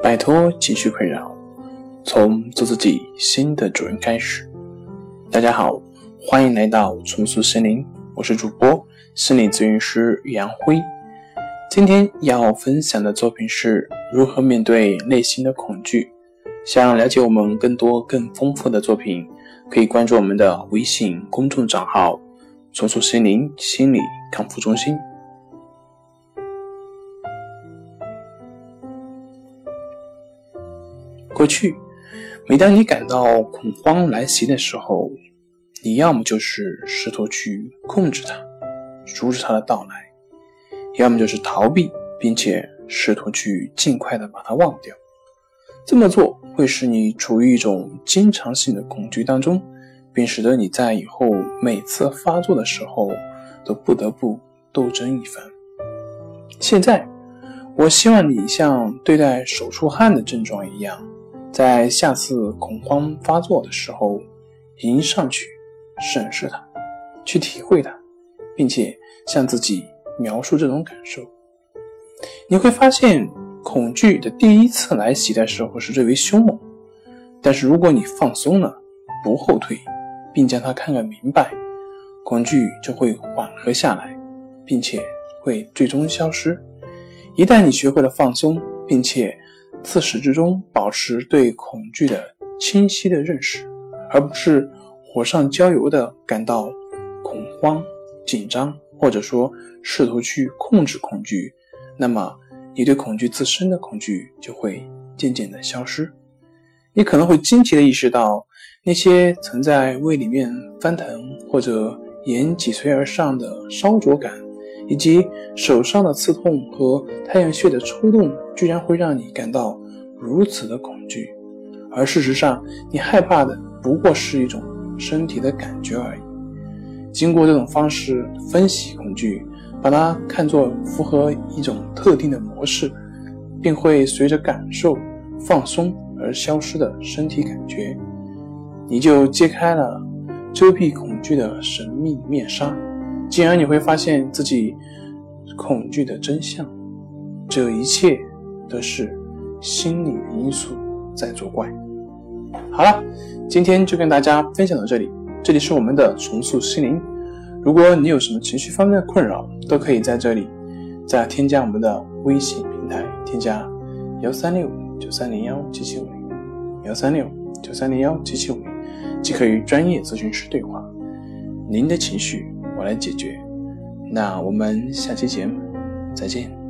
摆脱情绪困扰，从做自己新的主人开始。大家好，欢迎来到重塑心灵，我是主播心理咨询师杨辉。今天要分享的作品是如何面对内心的恐惧。想了解我们更多更丰富的作品，可以关注我们的微信公众账号重塑心灵心理康复中心。过去，每当你感到恐慌来袭的时候，你要么就是试图去控制它，阻止它的到来，要么就是逃避，并且试图去尽快的把它忘掉。这么做会使你处于一种经常性的恐惧当中，并使得你在以后每次发作的时候都不得不斗争一番。现在，我希望你像对待手出汗的症状一样，在下次恐慌发作的时候，迎上去审视它，去体会它，并且向自己描述这种感受。你会发现恐惧的第一次来袭的时候是最为凶猛，但是如果你放松了，不后退，并将它看个明白，恐惧就会缓和下来，并且会最终消失。一旦你学会了放松，并且自始至终保持对恐惧的清晰的认识，而不是火上浇油的感到恐慌、紧张，或者说试图去控制恐惧，那么你对恐惧自身的恐惧就会渐渐的消失。你可能会惊奇的意识到，那些曾在胃里面翻腾或者沿脊髓而上的烧灼感，以及手上的刺痛和太阳穴的抽动，居然会让你感到如此的恐惧，而事实上你害怕的不过是一种身体的感觉而已。经过这种方式分析恐惧，把它看作符合一种特定的模式，并会随着感受放松而消失的身体感觉，你就揭开了遮蔽恐惧的神秘面纱，进而你会发现自己恐惧的真相。这一切都是心理的因素在作怪。好了，今天就跟大家分享到这里，这里是我们的重塑心灵。如果你有什么情绪方面的困扰，都可以在这里再添加我们的微信平台，添加13693017750，13693017750，即可与专业咨询师对话。您的情绪我来解决。那我们下期节目再见。